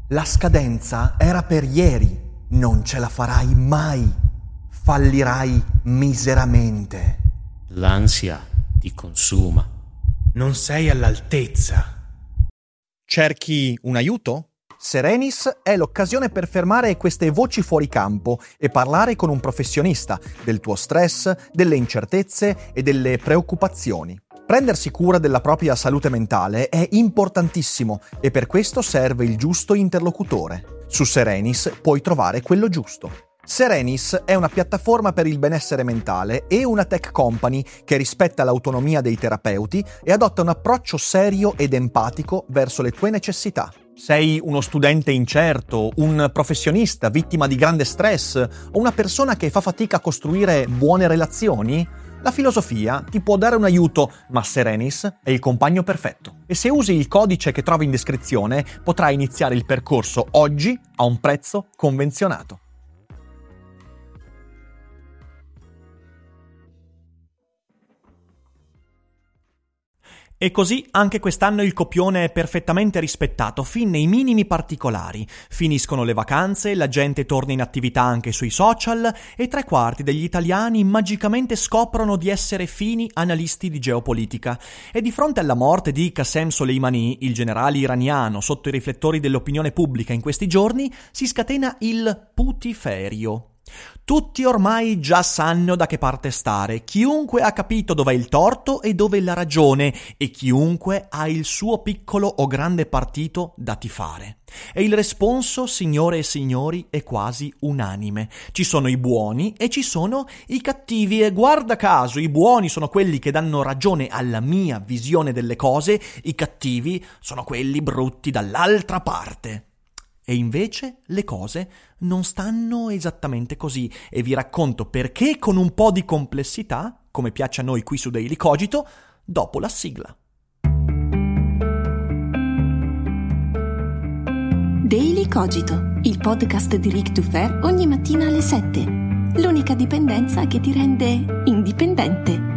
La scadenza era per ieri, non ce la farai mai, fallirai miseramente. L'ansia ti consuma. Non sei all'altezza. Cerchi un aiuto? Serenis è l'occasione per fermare queste voci fuori campo e parlare con un professionista del tuo stress, delle incertezze e delle preoccupazioni. Prendersi cura della propria salute mentale è importantissimo e per questo serve il giusto interlocutore. Su Serenis puoi trovare quello giusto. Serenis è una piattaforma per il benessere mentale e una tech company che rispetta l'autonomia dei terapeuti e adotta un approccio serio ed empatico verso le tue necessità. Sei uno studente incerto, un professionista vittima di grande stress o una persona che fa fatica a costruire buone relazioni? La filosofia ti può dare un aiuto, ma Serenis è il compagno perfetto. E se usi il codice che trovi in descrizione, potrai iniziare il percorso oggi a un prezzo convenzionato. E così anche quest'anno il copione è perfettamente rispettato, fin nei minimi particolari. Finiscono le vacanze, la gente torna in attività anche sui social e 3/4 degli italiani magicamente scoprono di essere fini analisti di geopolitica. E di fronte alla morte di Qasem Soleimani, il generale iraniano sotto i riflettori dell'opinione pubblica in questi giorni, si scatena il putiferio. Tutti ormai già sanno da che parte stare, chiunque ha capito dov'è il torto e dove la ragione e chiunque ha il suo piccolo o grande partito da tifare. E il responso, signore e signori, è quasi unanime. Ci sono i buoni e ci sono i cattivi e guarda caso i buoni sono quelli che danno ragione alla mia visione delle cose, i cattivi sono quelli brutti dall'altra parte. E invece le cose non stanno esattamente così e vi racconto perché con un po' di complessità, come piace a noi qui su Daily Cogito, dopo la sigla. Daily Cogito, il podcast di Rick Dufer ogni mattina alle 7. L'unica dipendenza che ti rende indipendente.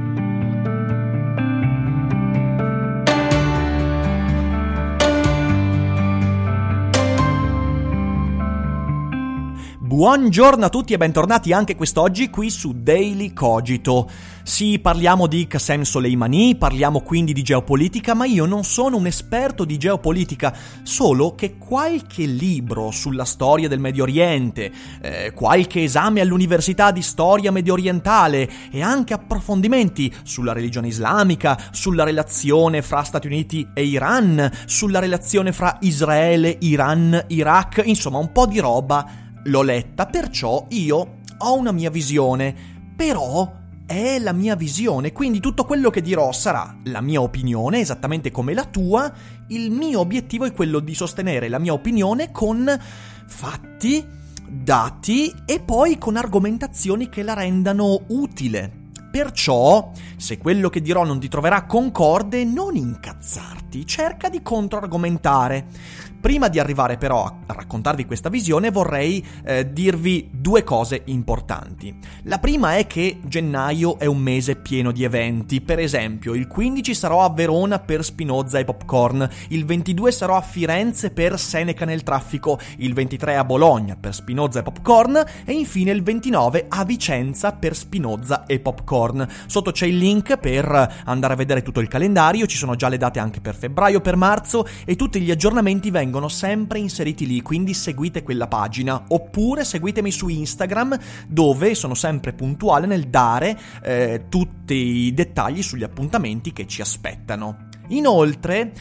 Buongiorno a tutti e bentornati anche quest'oggi qui su Daily Cogito. Sì, parliamo di Qasem Soleimani, parliamo quindi di geopolitica, ma io non sono un esperto di geopolitica, solo che qualche libro sulla storia del Medio Oriente, qualche esame all'università di storia mediorientale e anche approfondimenti sulla religione islamica, sulla relazione fra Stati Uniti e Iran, sulla relazione fra Israele, Iran, Iraq, insomma un po' di roba l'ho letta, perciò io ho una mia visione, però è la mia visione, quindi tutto quello che dirò sarà la mia opinione, esattamente come la tua. Il mio obiettivo è quello di sostenere la mia opinione con fatti, dati e poi con argomentazioni che la rendano utile. Perciò, se quello che dirò non ti troverà concorde, non incazzarti, cerca di controargomentare. Prima di arrivare però a raccontarvi questa visione vorrei dirvi due cose importanti. La prima è che gennaio è un mese pieno di eventi. Per esempio, il 15 sarò a Verona per Spinoza e Popcorn, il 22 sarò a Firenze per Seneca nel traffico, il 23 a Bologna per Spinoza e Popcorn e infine il 29 a Vicenza per Spinoza e Popcorn. Sotto c'è il link per andare a vedere tutto il calendario, ci sono già le date anche per febbraio, per marzo e tutti gli aggiornamenti vengono sempre inseriti lì, quindi seguite quella pagina oppure seguitemi su Instagram dove sono sempre puntuale nel dare tutti i dettagli sugli appuntamenti che ci aspettano. Inoltre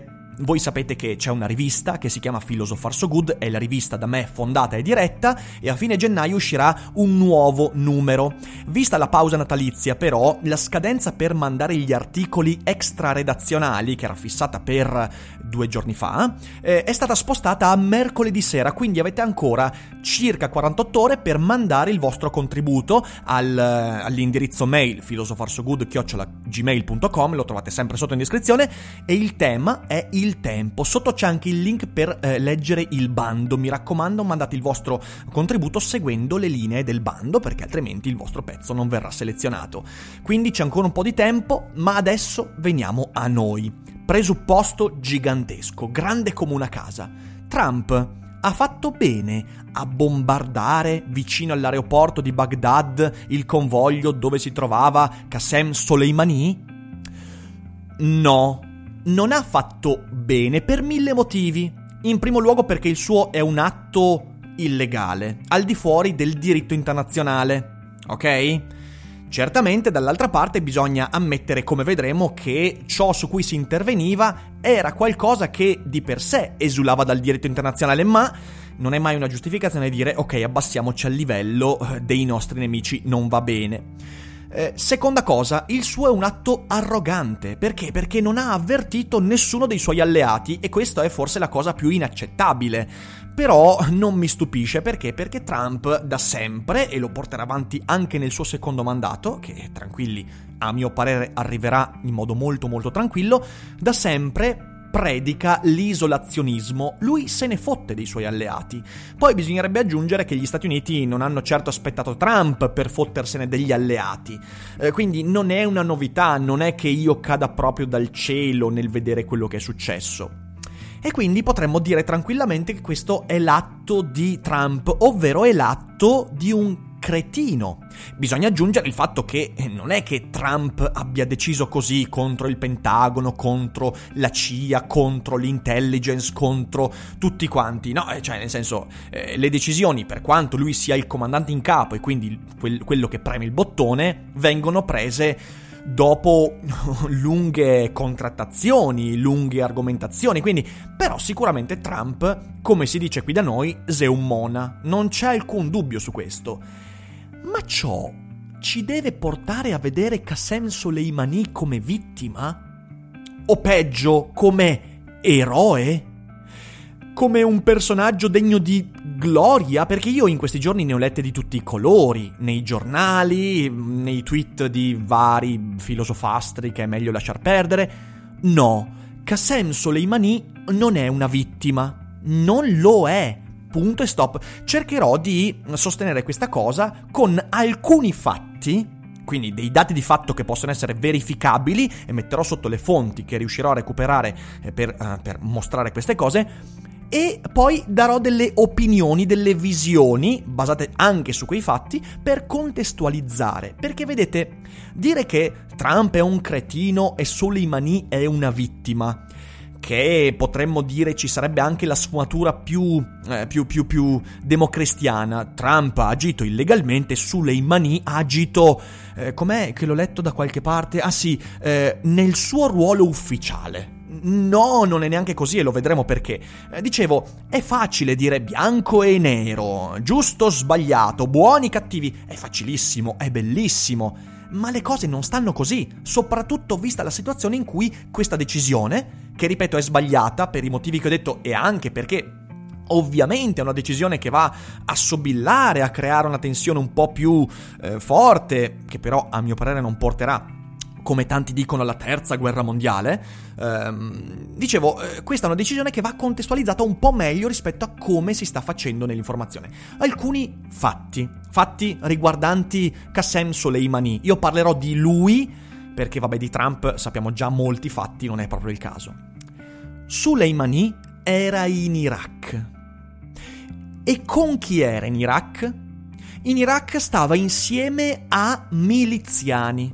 voi sapete che c'è una rivista che si chiama Philosopher So Good, è la rivista da me fondata e diretta e a fine gennaio uscirà un nuovo numero. Vista la pausa natalizia però, la scadenza per mandare gli articoli extra redazionali, che era fissata per 2 giorni fa, è stata spostata a mercoledì sera, quindi avete ancora circa 48 ore per mandare il vostro contributo all'indirizzo mail philosophersogood@gmail.com, lo trovate sempre sotto in descrizione, e il tema è il tempo. Sotto c'è anche il link per leggere il bando. Mi raccomando, mandate il vostro contributo seguendo le linee del bando, perché altrimenti il vostro pezzo non verrà selezionato. Quindi c'è ancora un po' di tempo, ma adesso veniamo a noi. Presupposto gigantesco, grande come una casa. Trump ha fatto bene a bombardare vicino all'aeroporto di Baghdad il convoglio dove si trovava Qasem Soleimani? No, non ha fatto bene per 1000 motivi. In primo luogo perché il suo è un atto illegale, al di fuori del diritto internazionale, ok? Certamente, dall'altra parte, bisogna ammettere, come vedremo, che ciò su cui si interveniva era qualcosa che di per sé esulava dal diritto internazionale, ma non è mai una giustificazione dire ok, abbassiamoci al livello dei nostri nemici, non va bene. Seconda cosa, il suo è un atto arrogante. Perché? Perché non ha avvertito nessuno dei suoi alleati, e questa è forse la cosa più inaccettabile. Però non mi stupisce, perché? Perché Trump da sempre, e lo porterà avanti anche nel suo secondo mandato, che tranquilli, a mio parere arriverà in modo molto molto tranquillo, da sempre predica l'isolazionismo. Lui se ne fotte dei suoi alleati. Poi bisognerebbe aggiungere che gli Stati Uniti non hanno certo aspettato Trump per fottersene degli alleati, quindi non è una novità, non è che io cada proprio dal cielo nel vedere quello che è successo. E quindi potremmo dire tranquillamente che questo è l'atto di Trump, ovvero è l'atto di un cretino. Bisogna aggiungere il fatto che non è che Trump abbia deciso così contro il Pentagono, contro la CIA, contro l'intelligence, contro tutti quanti, no, cioè nel senso le decisioni, per quanto lui sia il comandante in capo e quindi quello che preme il bottone, vengono prese dopo lunghe contrattazioni, lunghe argomentazioni, quindi però sicuramente Trump, come si dice qui da noi, zeummona, non c'è alcun dubbio su questo. Ma ciò ci deve portare a vedere Qasem Soleimani come vittima? O peggio, come eroe? Come un personaggio degno di gloria? Perché io in questi giorni ne ho lette di tutti i colori, nei giornali, nei tweet di vari filosofastri che è meglio lasciar perdere. No, Qasem Soleimani non è una vittima, non lo è. Punto e stop. Cercherò di sostenere questa cosa con alcuni fatti, quindi dei dati di fatto che possono essere verificabili, e metterò sotto le fonti che riuscirò a recuperare per mostrare queste cose, e poi darò delle opinioni, delle visioni basate anche su quei fatti per contestualizzare. Perché vedete, dire che Trump è un cretino e Soleimani è una vittima, che potremmo dire ci sarebbe anche la sfumatura più democristiana. Trump ha agito illegalmente, Soleimani ha agito, com'è che l'ho letto da qualche parte? Ah sì, nel suo ruolo ufficiale. No, non è neanche così, e lo vedremo perché. Dicevo, è facile dire bianco e nero, giusto o sbagliato, buoni, cattivi, è facilissimo, è bellissimo. Ma le cose non stanno così, soprattutto vista la situazione in cui questa decisione, che ripeto è sbagliata per i motivi che ho detto e anche perché ovviamente è una decisione che va a sobillare, a creare una tensione un po' più forte, che però a mio parere non porterà, come tanti dicono, alla terza guerra mondiale. Dicevo, questa è una decisione che va contestualizzata un po' meglio rispetto a come si sta facendo nell'informazione. Alcuni fatti riguardanti Qasem Soleimani. Io parlerò di lui perché vabbè, di Trump sappiamo già molti fatti, non è proprio il caso. Soleimani era in Iraq. E con chi era in Iraq? In Iraq stava insieme a miliziani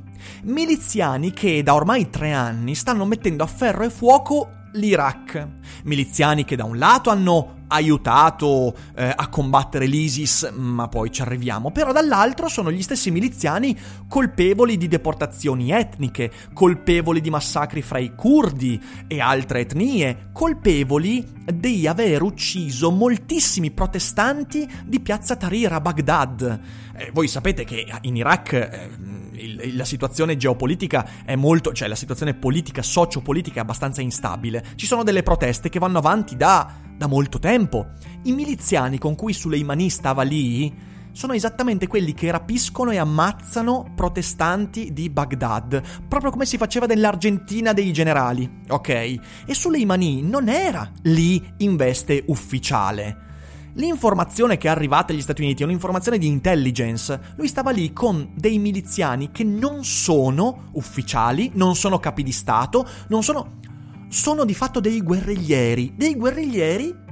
che da ormai 3 anni stanno mettendo a ferro e fuoco l'Iraq. Miliziani che da un lato hanno aiutato a combattere l'ISIS, ma poi ci arriviamo, però dall'altro sono gli stessi miliziani colpevoli di deportazioni etniche, colpevoli di massacri fra i curdi e altre etnie, colpevoli di aver ucciso moltissimi protestanti di piazza Tahrir a Baghdad. Voi sapete che in Iraq la situazione geopolitica è molto, cioè la situazione politica, sociopolitica è abbastanza instabile. Ci sono delle proteste che vanno avanti da molto tempo. I miliziani con cui Soleimani stava lì sono esattamente quelli che rapiscono e ammazzano protestanti di Baghdad, proprio come si faceva nell'Argentina dei generali, ok? E Soleimani non era lì in veste ufficiale. L'informazione che è arrivata agli Stati Uniti è un'informazione di intelligence. Lui stava lì con dei miliziani che non sono ufficiali, non sono capi di Stato, sono di fatto dei guerriglieri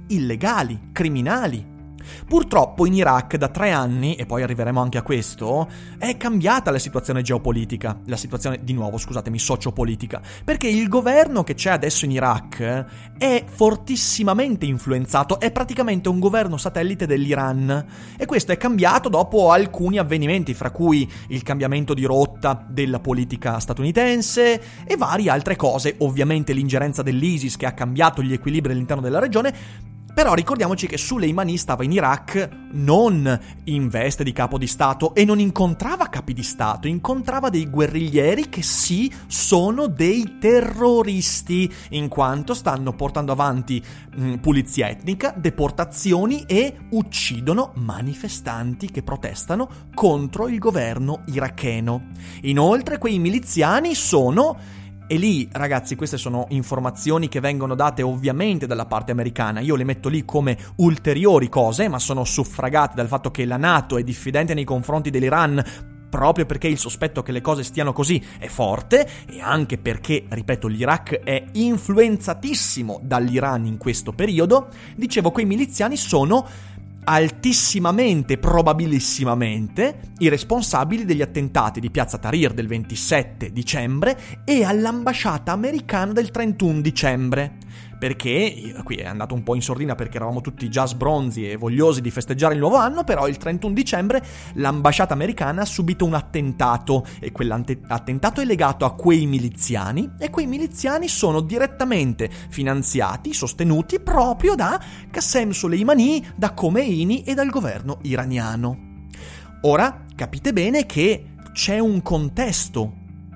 illegali, criminali. Purtroppo in Iraq da 3 anni, e poi arriveremo anche a questo, è cambiata la situazione geopolitica, la situazione, di nuovo, scusatemi, sociopolitica, perché il governo che c'è adesso in Iraq è fortissimamente influenzato, è praticamente un governo satellite dell'Iran, e questo è cambiato dopo alcuni avvenimenti, fra cui il cambiamento di rotta della politica statunitense e varie altre cose, ovviamente l'ingerenza dell'ISIS che ha cambiato gli equilibri all'interno della regione. Però ricordiamoci che Soleimani stava in Iraq non in veste di capo di Stato e non incontrava capi di Stato, incontrava dei guerriglieri che sì, sono dei terroristi, in quanto stanno portando avanti pulizia etnica, deportazioni e uccidono manifestanti che protestano contro il governo iracheno. Inoltre quei miliziani sono... E lì, ragazzi, queste sono informazioni che vengono date ovviamente dalla parte americana. Io le metto lì come ulteriori cose, ma sono suffragate dal fatto che la NATO è diffidente nei confronti dell'Iran proprio perché il sospetto che le cose stiano così è forte, e anche perché, ripeto, l'Iraq è influenzatissimo dall'Iran in questo periodo. Dicevo, quei miliziani sono altissimamente, probabilissimamente, i responsabili degli attentati di Piazza Tahrir del 27 dicembre e all'ambasciata americana del 31 dicembre. Perché, qui è andato un po' in sordina perché eravamo tutti già sbronzi e vogliosi di festeggiare il nuovo anno, però il 31 dicembre l'ambasciata americana ha subito un attentato e quell'attentato è legato a quei miliziani, e quei miliziani sono direttamente finanziati, sostenuti proprio da Qasem Soleimani, da Khomeini e dal governo iraniano. Ora capite bene che c'è un contesto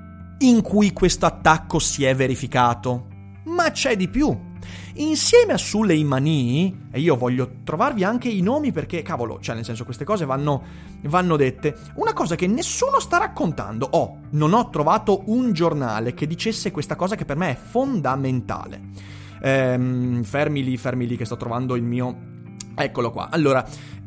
in cui questo attacco si è verificato, ma c'è di più. Insieme a Soleimani, e io voglio trovarvi anche i nomi perché, cavolo, cioè nel senso queste cose vanno dette, una cosa che nessuno sta raccontando. Non ho trovato un giornale che dicesse questa cosa che per me è fondamentale. Fermi lì che sto trovando il mio... Eccolo qua. Allora,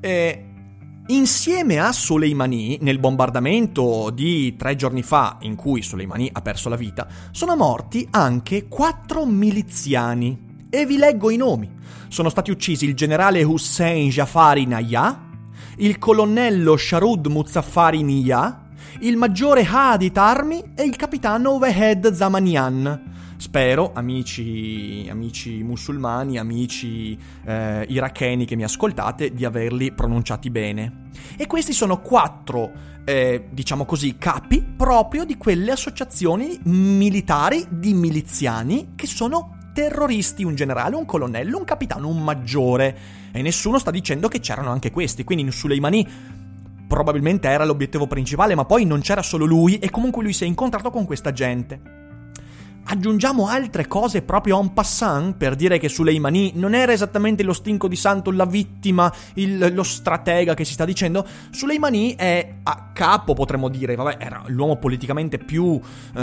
insieme a Soleimani, nel bombardamento di 3 giorni fa, in cui Soleimani ha perso la vita, sono morti anche 4 miliziani. E vi leggo i nomi. Sono stati uccisi il generale Hussein Jafari Naya, il colonnello Sharud Muzaffari Nia, il maggiore Hadi Tarmi e il capitano Wahed Zamanian. Spero, amici musulmani, amici iracheni che mi ascoltate, di averli pronunciati bene. E questi sono 4, diciamo così, capi proprio di quelle associazioni militari di miliziani che sono terroristi, un generale, un colonnello, un capitano, un maggiore. E nessuno sta dicendo che c'erano anche questi. Quindi Soleimani probabilmente era l'obiettivo principale, ma poi non c'era solo lui e comunque lui si è incontrato con questa gente. Aggiungiamo altre cose proprio en passant per dire che Soleimani non era esattamente lo stinco di santo, la vittima, lo stratega che si sta dicendo. Soleimani è a capo, potremmo dire, era l'uomo politicamente più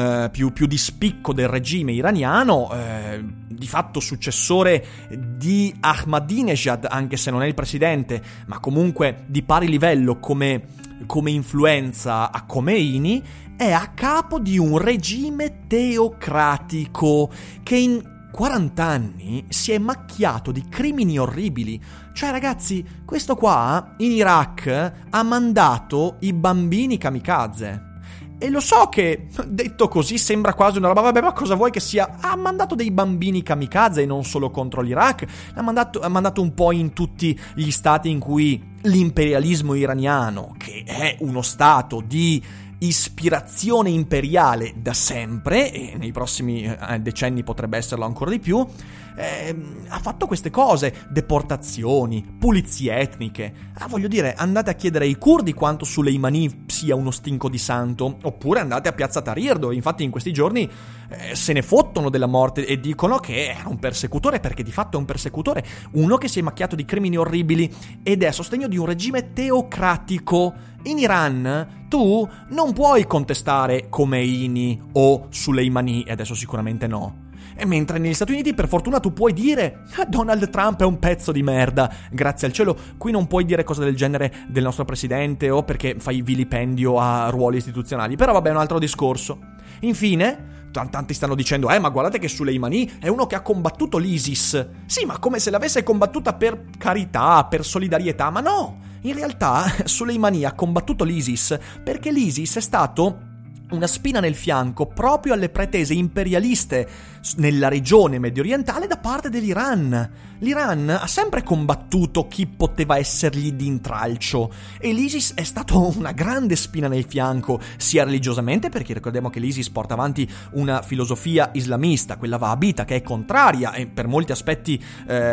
di spicco del regime iraniano, di fatto successore di Ahmadinejad, anche se non è il presidente, ma comunque di pari livello come influenza a Khomeini. È a capo di un regime teocratico che in 40 anni si è macchiato di crimini orribili. Cioè, ragazzi, questo qua in Iraq ha mandato i bambini kamikaze. E lo so che, detto così, sembra quasi una roba, vabbè, ma cosa vuoi che sia? Ha mandato dei bambini kamikaze, e non solo contro l'Iraq, ha mandato un po' in tutti gli stati in cui l'imperialismo iraniano, che è uno stato di ispirazione imperiale da sempre, e nei prossimi decenni potrebbe esserlo ancora di più, ha fatto queste cose, deportazioni, pulizie etniche. Voglio dire, andate a chiedere ai curdi quanto Soleimani sia uno stinco di santo, oppure andate a Piazza Tahrir, dove infatti in questi giorni se ne fottono della morte e dicono che era un persecutore, perché di fatto è un persecutore, uno che si è macchiato di crimini orribili ed è a sostegno di un regime teocratico. In Iran tu non puoi contestare Khomeini o Soleimani, e adesso sicuramente no. E mentre negli Stati Uniti, per fortuna, tu puoi dire Donald Trump è un pezzo di merda, grazie al cielo. Qui non puoi dire cose del genere del nostro presidente, o perché fai vilipendio a ruoli istituzionali. Però vabbè, è un altro discorso. Infine, tanti stanno dicendo ma guardate che Soleimani è uno che ha combattuto l'ISIS. Sì, ma come se l'avesse combattuta per carità, per solidarietà, ma no! In realtà Soleimani ha combattuto l'ISIS perché l'ISIS è stato una spina nel fianco proprio alle pretese imperialiste nella regione mediorientale da parte dell'Iran. L'Iran ha sempre combattuto chi poteva essergli d'intralcio e l'ISIS è stato una grande spina nel fianco, sia religiosamente, perché ricordiamo che l'ISIS porta avanti una filosofia islamista, quella wahabita, che è contraria e per molti aspetti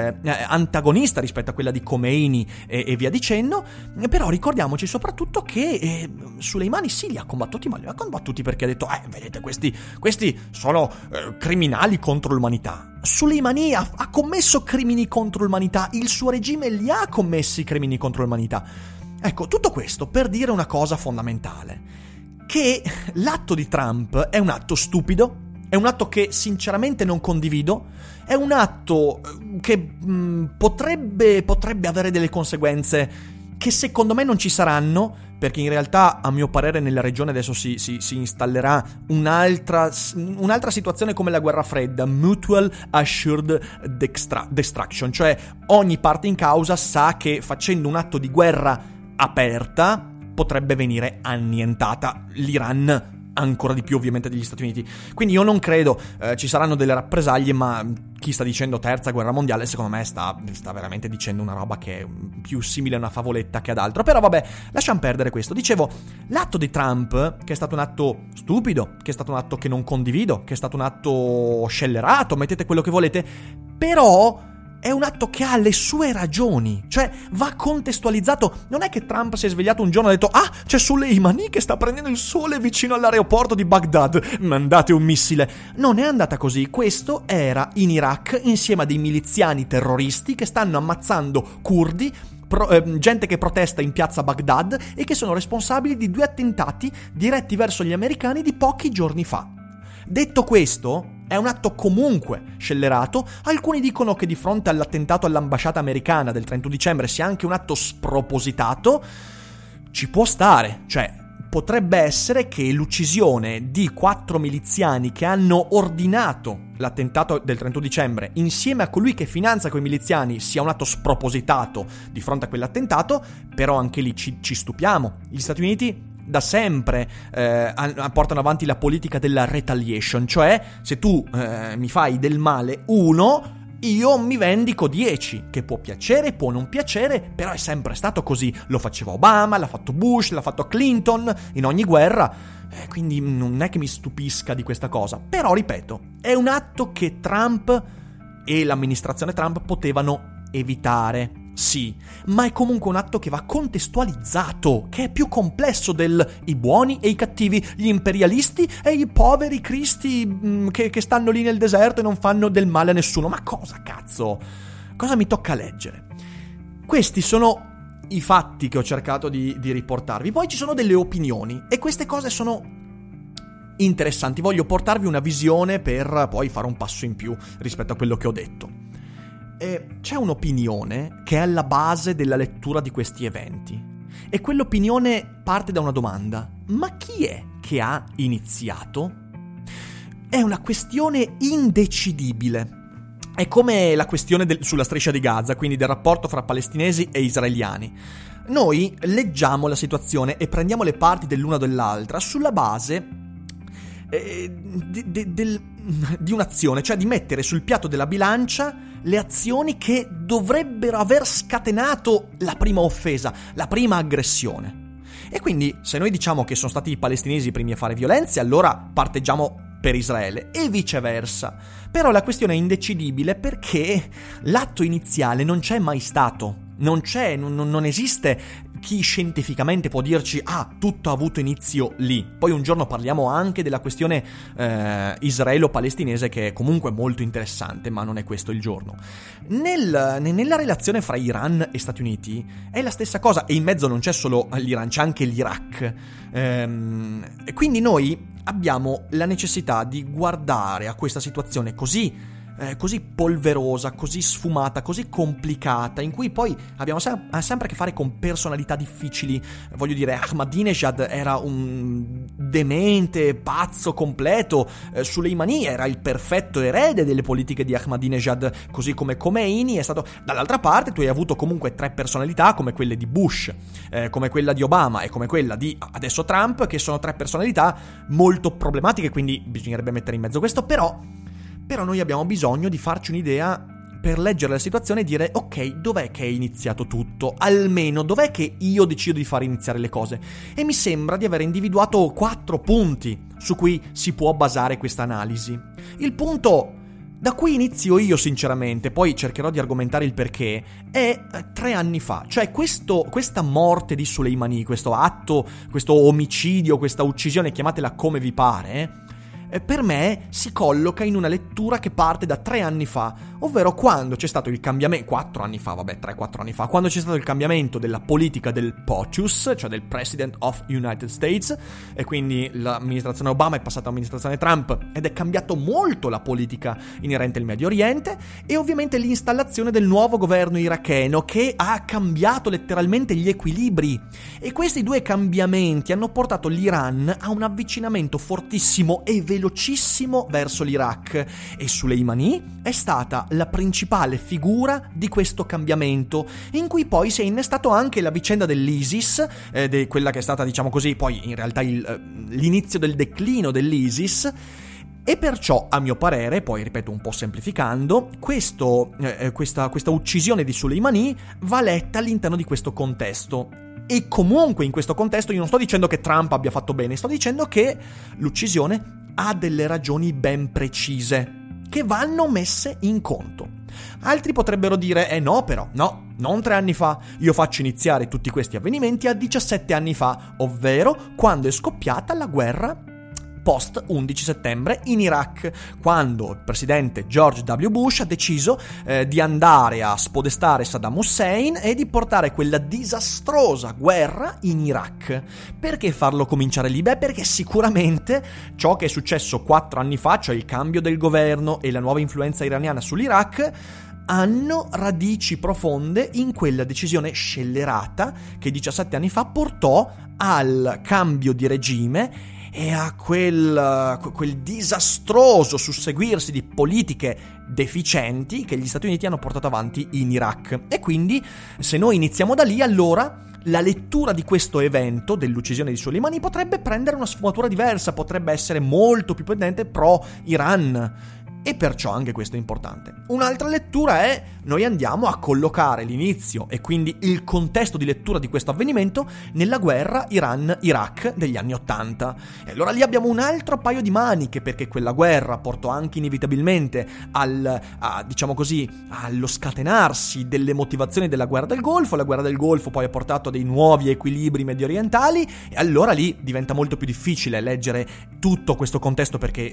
antagonista rispetto a quella di Khomeini e via dicendo, però ricordiamoci soprattutto che Soleimani sì li ha combattuti, ma li ha combattuti perché ha detto vedete questi sono criminali contro l'umanità. Soleimani ha commesso crimini contro l'umanità, il suo regime li ha commessi crimini contro l'umanità. Ecco, tutto questo per dire una cosa fondamentale, che l'atto di Trump è un atto stupido, è un atto che sinceramente non condivido, è un atto che potrebbe avere delle conseguenze che secondo me non ci saranno, perché in realtà a mio parere nella regione adesso si installerà un'altra situazione come la guerra fredda, Mutual Assured Destruction, cioè ogni parte in causa sa che facendo un atto di guerra aperta potrebbe venire annientata l'Iran, ancora di più ovviamente degli Stati Uniti. Quindi io non credo ci saranno delle rappresaglie, ma chi sta dicendo terza guerra mondiale secondo me sta veramente dicendo una roba che è più simile a una favoletta che ad altro. Però vabbè, lasciamo perdere questo. Dicevo, l'atto di Trump, che è stato un atto stupido, che è stato un atto che non condivido, che è stato un atto scellerato, mettete quello che volete, però è un atto che ha le sue ragioni, cioè va contestualizzato. Non è che Trump si è svegliato un giorno e ha detto c'è Soleimani che sta prendendo il sole vicino all'aeroporto di Baghdad, mandate un missile. Non è andata così. Questo era in Iraq insieme a dei miliziani terroristi che stanno ammazzando curdi, gente che protesta in piazza Baghdad e che sono responsabili di 2 attentati diretti verso gli americani di pochi giorni fa. Detto questo, è un atto comunque scellerato. Alcuni dicono che di fronte all'attentato all'ambasciata americana del 31 dicembre sia anche un atto spropositato. Ci può stare, cioè potrebbe essere che l'uccisione di 4 miliziani che hanno ordinato l'attentato del 31 dicembre insieme a colui che finanzia quei miliziani sia un atto spropositato di fronte a quell'attentato, però anche lì ci stupiamo. Gli Stati Uniti da sempre portano avanti la politica della retaliation, cioè se tu mi fai del male 1, io mi vendico 10, che può piacere, può non piacere, però è sempre stato così. Lo faceva Obama, l'ha fatto Bush, l'ha fatto Clinton in ogni guerra, quindi non è che mi stupisca di questa cosa. Però ripeto, è un atto che Trump e l'amministrazione Trump potevano evitare. Sì, ma è comunque un atto che va contestualizzato, che è più complesso i buoni e i cattivi, gli imperialisti e i poveri cristi che stanno lì nel deserto e non fanno del male a nessuno. Ma cosa cazzo? Cosa mi tocca leggere? Questi sono i fatti che ho cercato di riportarvi. Poi ci sono delle opinioni e queste cose sono interessanti. Voglio portarvi una visione per poi fare un passo in più rispetto a quello che ho detto. C'è un'opinione che è alla base della lettura di questi eventi e quell'opinione parte da una domanda: ma chi è che ha iniziato? È una questione indecidibile. È come la questione sulla striscia di Gaza, quindi del rapporto fra palestinesi e israeliani. Noi leggiamo la situazione e prendiamo le parti dell'una o dell'altra sulla base di un'azione, cioè di mettere sul piatto della bilancia le azioni che dovrebbero aver scatenato la prima offesa, la prima aggressione. E quindi se noi diciamo che sono stati i palestinesi i primi a fare violenze, allora parteggiamo per Israele e viceversa. Però la questione è indecidibile perché l'atto iniziale non c'è mai stato. Non esiste chi scientificamente può dirci tutto ha avuto inizio lì. Poi un giorno parliamo anche della questione israelo-palestinese, che è comunque molto interessante, ma non è questo il giorno. Nella relazione fra Iran e Stati Uniti è la stessa cosa, e in mezzo non c'è solo l'Iran, c'è anche l'Iraq. E quindi noi abbiamo la necessità di guardare a questa situazione così così polverosa, così sfumata, così complicata, in cui poi abbiamo sempre a che fare con personalità difficili. Voglio dire, Ahmadinejad era un demente, pazzo completo, Soleimani era il perfetto erede delle politiche di Ahmadinejad, così come Khomeini è stato. Dall'altra parte tu hai avuto comunque 3 personalità come quelle di Bush, come quella di Obama e come quella di adesso Trump, che sono 3 personalità molto problematiche, quindi bisognerebbe mettere in mezzo questo, però noi abbiamo bisogno di farci un'idea per leggere la situazione e dire ok, dov'è che è iniziato tutto? Almeno dov'è che io decido di far iniziare le cose? E mi sembra di aver individuato 4 punti su cui si può basare questa analisi. Il punto da cui inizio io sinceramente, poi cercherò di argomentare il perché, è 3 anni fa. Cioè questa morte di Soleimani, questo atto, questo omicidio, questa uccisione, chiamatela come vi pare, per me si colloca in una lettura che parte da 3 anni fa, ovvero quando c'è stato il cambiamento, 4 anni fa, 3-4 anni fa, quando c'è stato il cambiamento della politica del POTUS, cioè del President of United States, e quindi l'amministrazione Obama è passata all'amministrazione Trump ed è cambiato molto la politica inerente al Medio Oriente, e ovviamente l'installazione del nuovo governo iracheno che ha cambiato letteralmente gli equilibri, e questi 2 cambiamenti hanno portato l'Iran a un avvicinamento fortissimo e velocissimo verso l'Iraq, e Soleimani è stata la principale figura di questo cambiamento, in cui poi si è innestato anche la vicenda dell'ISIS, quella che è stata, diciamo così, poi in realtà l'inizio del declino dell'ISIS. E perciò, a mio parere, poi ripeto un po' semplificando, questa uccisione di Soleimani va letta all'interno di questo contesto. E comunque in questo contesto io non sto dicendo che Trump abbia fatto bene, sto dicendo che l'uccisione ha delle ragioni ben precise che vanno messe in conto. Altri potrebbero dire no, non 3 anni fa, io faccio iniziare tutti questi avvenimenti a 17 anni fa, ovvero quando è scoppiata la guerra post 11 settembre in Iraq, quando il presidente George W. Bush ha deciso di andare a spodestare Saddam Hussein e di portare quella disastrosa guerra in Iraq. Perché farlo cominciare lì? Beh, perché sicuramente ciò che è successo 4 anni fa, cioè il cambio del governo e la nuova influenza iraniana sull'Iraq, hanno radici profonde in quella decisione scellerata che 17 anni fa portò al cambio di regime e a quel disastroso susseguirsi di politiche deficienti che gli Stati Uniti hanno portato avanti in Iraq. E quindi, se noi iniziamo da lì, allora la lettura di questo evento, dell'uccisione di Soleimani, potrebbe prendere una sfumatura diversa, potrebbe essere molto più pendente pro-Iran. E perciò anche questo è importante. Un'altra lettura è: noi andiamo a collocare l'inizio e quindi il contesto di lettura di questo avvenimento nella guerra Iran-Iraq degli anni '80. E allora lì abbiamo un altro paio di maniche, perché quella guerra portò anche inevitabilmente diciamo così, allo scatenarsi delle motivazioni della guerra del Golfo. La guerra del Golfo poi ha portato a dei nuovi equilibri mediorientali, e allora lì diventa molto più difficile leggere tutto questo contesto, perché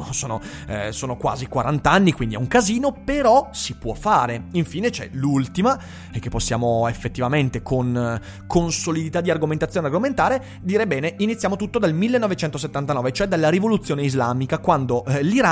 sono quasi 40 anni, quindi è un casino, però si può fare. Infine c'è l'ultima, e che possiamo effettivamente con solidità di argomentare, dire bene, iniziamo tutto dal 1979, cioè dalla rivoluzione islamica, quando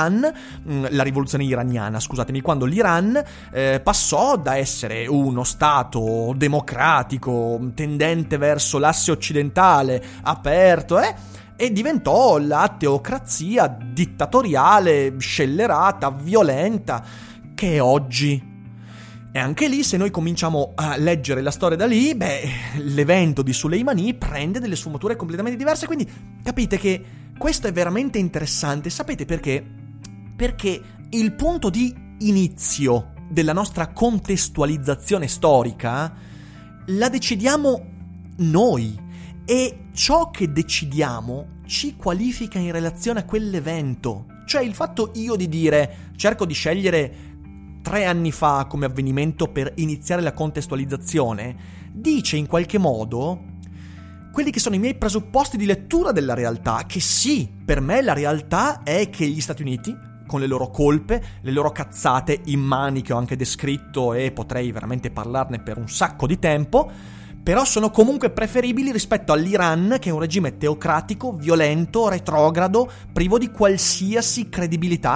la rivoluzione iraniana, scusatemi, quando l'Iran passò da essere uno stato democratico, tendente verso l'asse occidentale, aperto, e diventò la teocrazia dittatoriale, scellerata, violenta, che è oggi. E anche lì, se noi cominciamo a leggere la storia da lì, l'evento di Soleimani prende delle sfumature completamente diverse. Quindi capite che questo è veramente interessante. Sapete perché? Perché il punto di inizio della nostra contestualizzazione storica la decidiamo noi. E ciò che decidiamo ci qualifica in relazione a quell'evento. Cioè il fatto io di dire, cerco di scegliere 3 anni fa come avvenimento per iniziare la contestualizzazione, dice in qualche modo quelli che sono i miei presupposti di lettura della realtà, che sì, per me la realtà è che gli Stati Uniti, con le loro colpe, le loro cazzate immani che ho anche descritto e potrei veramente parlarne per un sacco di tempo, però sono comunque preferibili rispetto all'Iran, che è un regime teocratico, violento, retrogrado, privo di qualsiasi credibilità,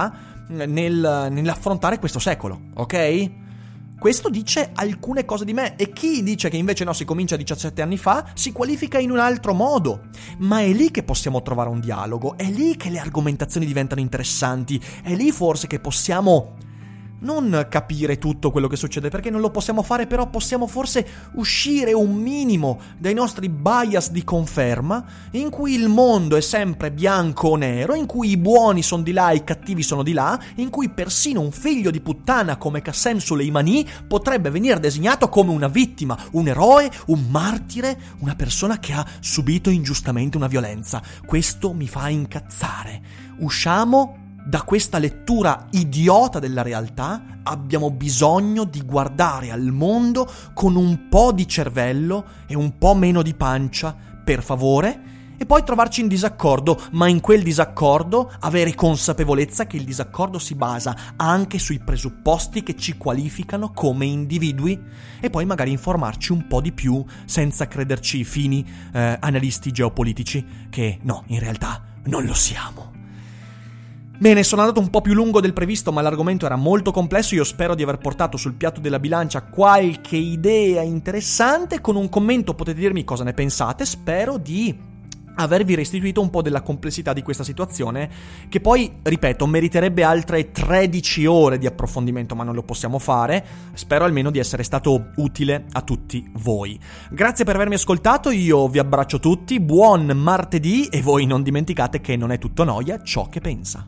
nell'affrontare questo secolo, ok? Questo dice alcune cose di me, e chi dice che invece no, si comincia 17 anni fa, si qualifica in un altro modo. Ma è lì che possiamo trovare un dialogo, è lì che le argomentazioni diventano interessanti, è lì forse che possiamo non capire tutto quello che succede, perché non lo possiamo fare, però possiamo forse uscire un minimo dai nostri bias di conferma, in cui il mondo è sempre bianco o nero, in cui i buoni sono di là e i cattivi sono di là, in cui persino un figlio di puttana come Qasem Soleimani potrebbe venire designato come una vittima, un eroe, un martire, una persona che ha subito ingiustamente una violenza. Questo mi fa incazzare. Usciamo da questa lettura idiota della realtà, abbiamo bisogno di guardare al mondo con un po' di cervello e un po' meno di pancia, per favore, e poi trovarci in disaccordo, ma in quel disaccordo avere consapevolezza che il disaccordo si basa anche sui presupposti che ci qualificano come individui, e poi magari informarci un po' di più senza crederci fini analisti geopolitici, che no, in realtà non lo siamo. Bene, sono andato un po' più lungo del previsto, ma l'argomento era molto complesso. Io spero di aver portato sul piatto della bilancia qualche idea interessante. Con un commento potete dirmi cosa ne pensate. Spero di avervi restituito un po' della complessità di questa situazione, che poi, ripeto, meriterebbe altre 13 ore di approfondimento, ma non lo possiamo fare. Spero almeno di essere stato utile a tutti voi. Grazie per avermi ascoltato, io vi abbraccio tutti, buon martedì, e voi non dimenticate che non è tutto noia ciò che pensa.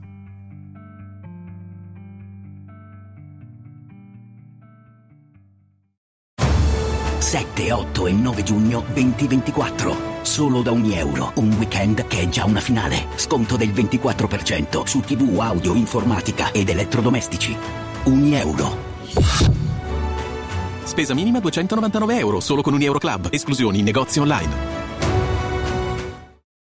7, 8 e 9 giugno 2024. Solo da €1. Un weekend che è già una finale. Sconto del 24% su TV, audio, informatica ed elettrodomestici. €1. Spesa minima €299, solo con un Euro Club. Esclusioni in negozi online.